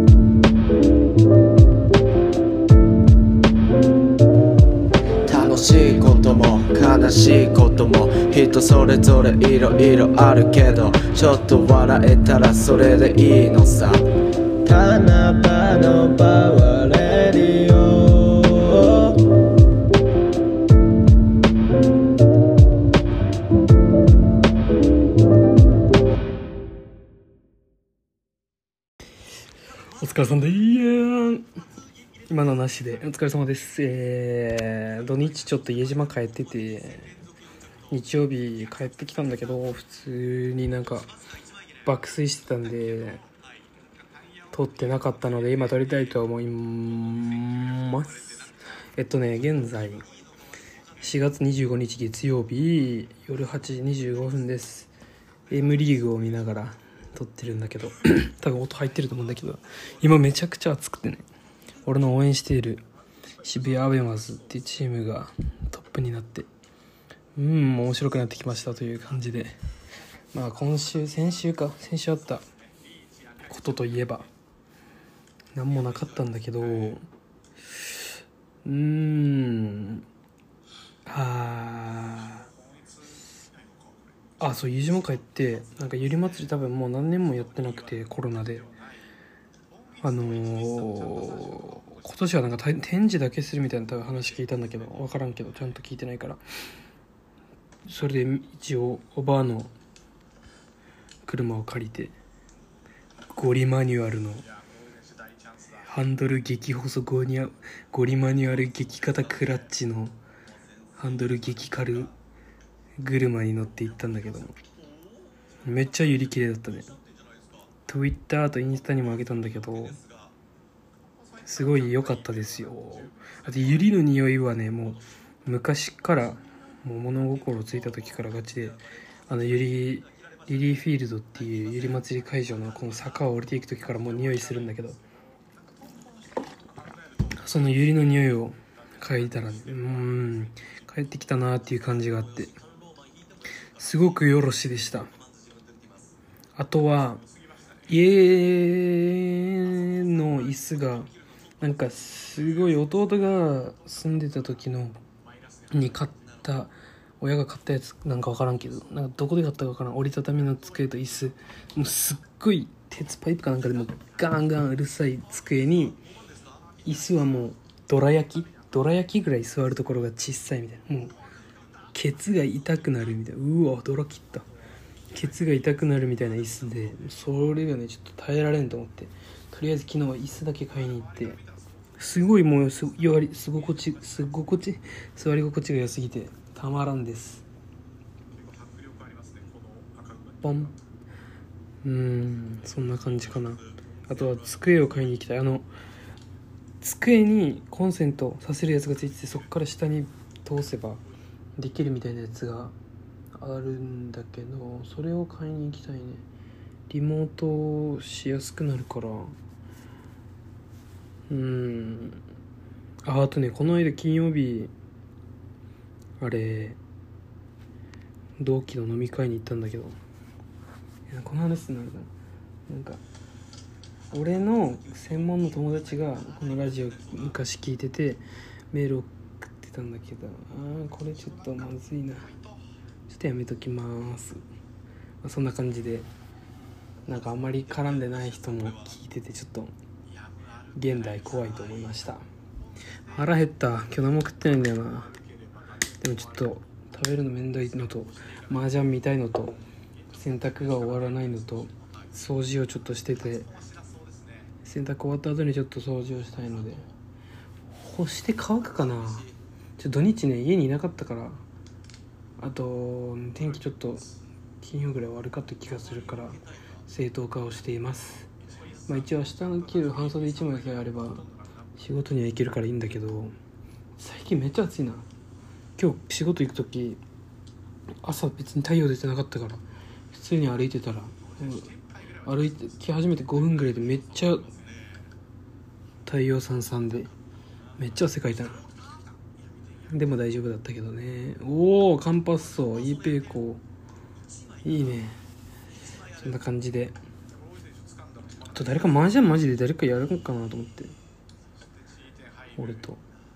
楽しいことも悲しいことも人それぞれいろいろあるけど、ちょっと笑えたらそれでいいのさ。七夕のパワーレディオ。 お疲れ様でーす。今のなしでお疲れ様です。土日ちょっと家島帰ってて、日曜日帰ってきたんだけど、普通になんか爆睡してたんで撮ってなかったので今撮りたいと思います。現在4月25日月曜日夜8時25分です。M リーグを見ながら撮ってるんだけど多分音入ってると思うんだけど、今めちゃくちゃ暑くてね、俺の応援している渋谷アベマズっていうチームがトップになって面白くなってきましたという感じで、まあ先週あったことといえば何もなかったんだけど、そう、飯島帰ってなんかゆり祭り多分もう何年もやってなくて、コロナで今年はなんか展示だけするみたいな多分話聞いたんだけど、分からんけどちゃんと聞いてないから、それで一応おばあの車を借りてゴリマニュアルのハンドル激細ゴリマニュアル激型クラッチのハンドル激軽車に乗って行ったんだけど、めっちゃゆり綺麗だったね。Twitter とインスタにも上げたんだけど、すごい良かったですよ。あとゆりの匂いはね、もう昔からもう物心ついた時からガチで、リリーフィールドっていうゆり祭り会場のこの坂を降りていく時からもう匂いするんだけど、そのゆりの匂いを嗅いだら帰ってきたなっていう感じがあって、すごくよろしでした。あとは家の椅子がなんかすごい弟が住んでた時のに親が買ったやつなんか分からんけど、なんかどこで買ったか分からん折りたたみの机と椅子、もうすっごい鉄パイプかなんかでもガンガンうるさい机に、椅子はもうどら焼きぐらい座るところが小さいみたいな、もうケツが痛くなるみたいな、うわ驚きった、ケツが痛くなるみたいな椅子で、それがねちょっと耐えられんと思って、とりあえず昨日は椅子だけ買いに行って、すごいもう座り心地が良すぎてたまらんです。ポンそんな感じかな。あとは机を買いに行きたい。机にコンセントさせるやつがついてて、そこから下に通せばできるみたいなやつがあるんだけど、それを買いに行きたいね。リモートしやすくなるから。あとね、この間金曜日同期の飲み会に行ったんだけど、この話になるな。なんか俺の専門の友達がこのラジオ昔聞いててメール送ってたんだけど、これちょっとまずいな、ちょっとやめときます。そんな感じで、なんかあんまり絡んでない人も聞いてて、ちょっと現代怖いと思いました。腹減った。今日何も食ってないんだよな。でもちょっと食べるのめんどいのと、麻雀見たいのと、洗濯が終わらないのと、掃除をちょっとしてて、洗濯終わった後にちょっと掃除をしたいので、干して乾くかな。土日ね家にいなかったから、あと天気ちょっと金曜ぐらい悪かった気がするから正当化をしています。一応明日の着る半袖1枚さえあれば仕事には行けるからいいんだけど、最近めっちゃ暑いな。今日仕事行く時朝別に太陽出てなかったから普通に歩いてたら、歩いてき始めて5分ぐらいでめっちゃ太陽さんさんでめっちゃ汗かいたな。でも大丈夫だったけどね。おお、カンパッソいいペーコーいいね。そんな感じで、あとと誰か麻雀マジで誰かやるのかなと思って、俺と。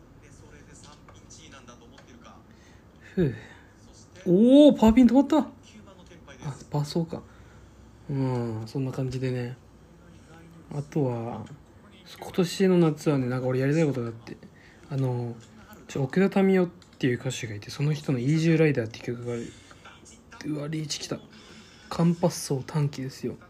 おおパーピン止まった。あパーソーか。そんな感じでね。あとは今年の夏はね、なんか俺やりたいことがあって、奥田民生っていう歌手がいて、その人のイージューライダーっていう曲がある。うわリーチきた。カンパッソ短期ですよ。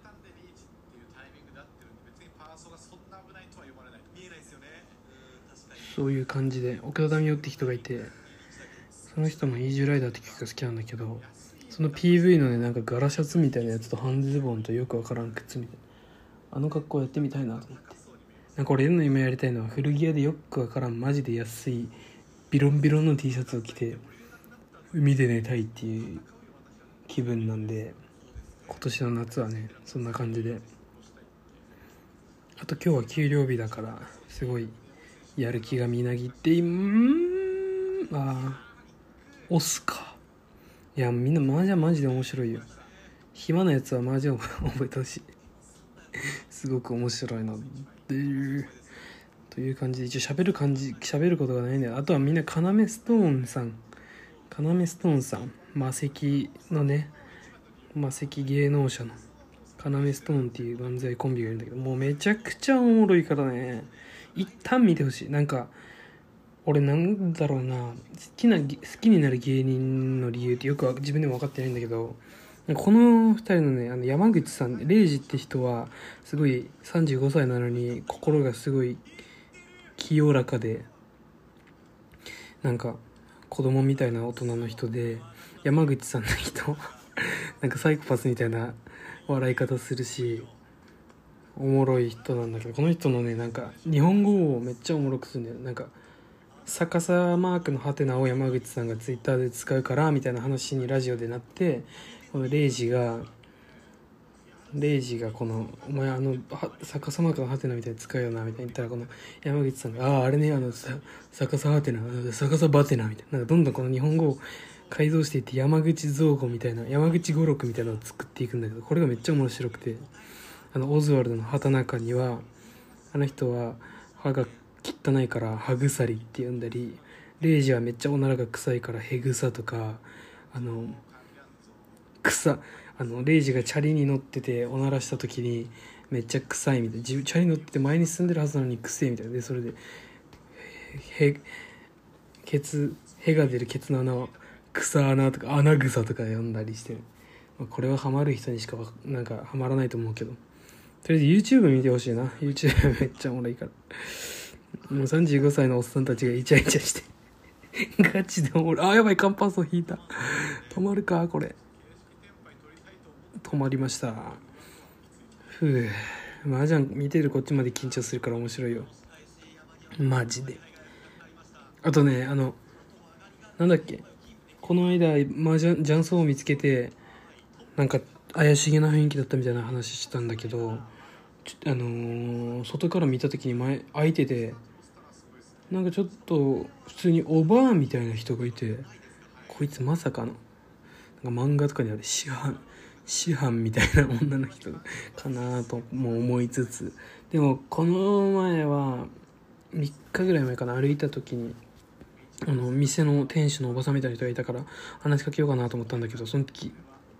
そういう感じで奥田民生って人がいて、その人のイージューライダーって曲が好きなんだけど、その PV のねなんかガラシャツみたいなやつと半ズボンとよくわからん靴みたいな、あの格好やってみたいなと思って。なんか俺の今やりたいのは古着屋でよくわからんマジで安いビロンビロンの T シャツを着て海で寝たいっていう気分なんで、今年の夏はねそんな感じで。あと今日は給料日だからすごいやる気がみなぎって押すか。いやみんな麻雀マジで面白いよ。暇なやつは麻雀を覚えてほしいすごく面白いので、という感じで一応喋ることがないんだよ。あとはみんなカナメストーンさん魔石のね、魔石芸能者のカナメストーンっていう漫才コンビがいるんだけど、もうめちゃくちゃおもろいからね、一旦見てほしい。なんか俺なんだろうな、好きになる芸人の理由ってよく自分でも分かってないんだけど、この2人のね山口さんレイジって人はすごい35歳なのに心がすごい清らかで、なんか子供みたいな大人の人で、山口さんの人なんかサイコパスみたいな笑い方するしおもろい人なんだけど、この人のねなんか日本語をめっちゃおもろくするんだよ。なんか逆さマークのハテナを山口さんがツイッターで使うからみたいな話にラジオでなって、このレイジがこのお前逆さマークのハテナみたいに使うよなみたいに言ったら、この山口さんがあれね逆さハテナ逆さバテナみたいな、なんかどんどんこの日本語を改造していって山口造語みたいな山口語録みたいなのを作っていくんだけど、これがめっちゃ面白くて、オズワルドの畑中にはあの人は歯が汚いから歯腐りって呼んだり、レイジはめっちゃおならが臭いからヘグサとか、レイジがチャリに乗ってておならした時にめっちゃ臭いみたいな、チャリ乗ってて前に進んでるはずなのに臭いみたいなで、それでへが出るケツの穴を草穴とか穴草とか呼んだりしてる。これはハマる人にしかなんかハマらないと思うけど、とりあえず YouTube 見てほしいな。 YouTube めっちゃおもろいから、もう35歳のおっさんたちがイチャイチャしてガチでおもろい。あやばい、カンパスを引いた。止まるかこれ。止まりました。麻雀見てるこっちまで緊張するから面白いよマジで。あとねなんだっけ、この間麻雀雀荘を見つけて、なんか怪しげな雰囲気だったみたいな話してたんだけど、外から見た時に開いてて、なんかちょっと普通におばあみたいな人がいて、こいつまさかのなんか漫画とかにある師範みたいな女の人かなとも思いつつ、でもこの前は3日ぐらい前かな、歩いた時に店の店主のおばさんみたいな人がいたから話しかけようかなと思ったんだけど、その時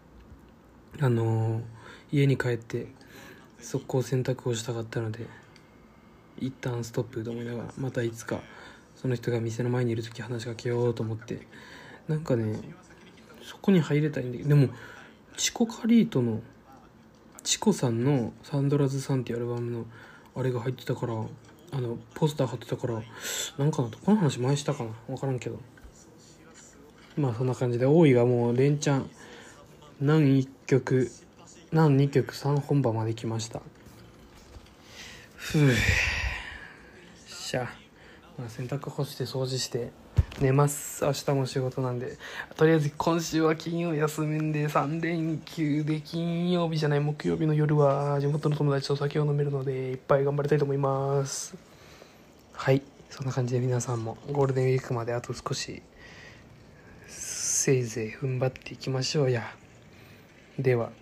家に帰って速攻洗濯をしたかったので一旦ストップと思いながら、またいつかその人が店の前にいる時話しかけようと思って、なんかねそこに入れたいんだけど、でもチコカリートのチコさんのサンドラズさんっていうアルバムのあれが入ってたから、ポスター貼ってたから、なんかなと、この話前したかな分からんけど、まあそんな感じで、大井がもう連チャン何2曲3本番まで来ました。まあ、洗濯干して掃除して寝ます。明日も仕事なんで、とりあえず今週は金曜休みんで3連休で、木曜日の夜は地元の友達と酒を飲めるのでいっぱい頑張りたいと思います。はい、そんな感じで皆さんもゴールデンウィークまであと少しせいぜい踏ん張っていきましょうや。では。